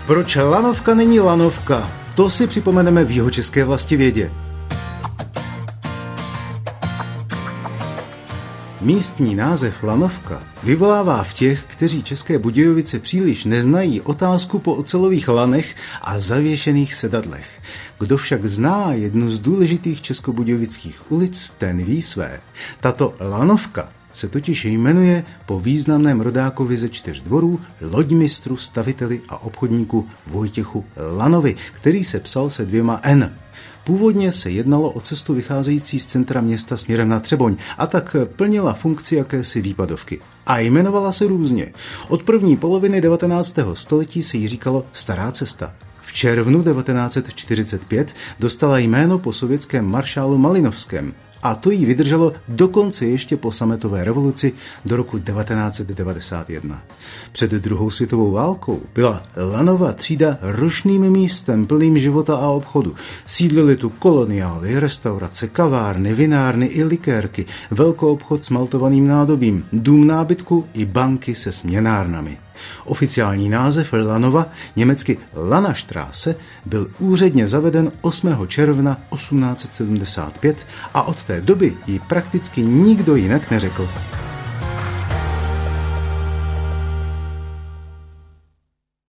Proč lanovka není lanovka? To si připomeneme v Jihočeské vlastivědě. Místní název lanovka vyvolává v těch, kteří České Budějovice příliš neznají, otázku po ocelových lanech a zavěšených sedadlech. Kdo však zná jednu z důležitých českobudějovických ulic, ten ví své. Tato lanovka se totiž jmenuje po významném rodákovi ze 4 dvorů, loďmistru, staviteli a obchodníku Vojtěchu Lanovi, který se psal se 2 N. Původně se jednalo o cestu vycházející z centra města směrem na Třeboň a tak plnila funkci jakési výpadovky. A jmenovala se různě. Od první poloviny 19. století se jí říkalo Stará cesta. V červnu 1945 dostala jméno po sovětském maršálu Malinovském. A to jí vydrželo dokonce ještě po sametové revoluci do roku 1991. Před druhou světovou válkou byla Lanova třída rušným místem plným života a obchodu. Sídlily tu koloniály, restaurace, kavárny, vinárny i likérky, velkoobchod s maltovaným nádobím, dům nábytku i banky se směnárnami. Oficiální název Lanova, německy Lanastraße, byl úředně zaveden 8. června 1875 a od té doby ji prakticky nikdo jinak neřekl.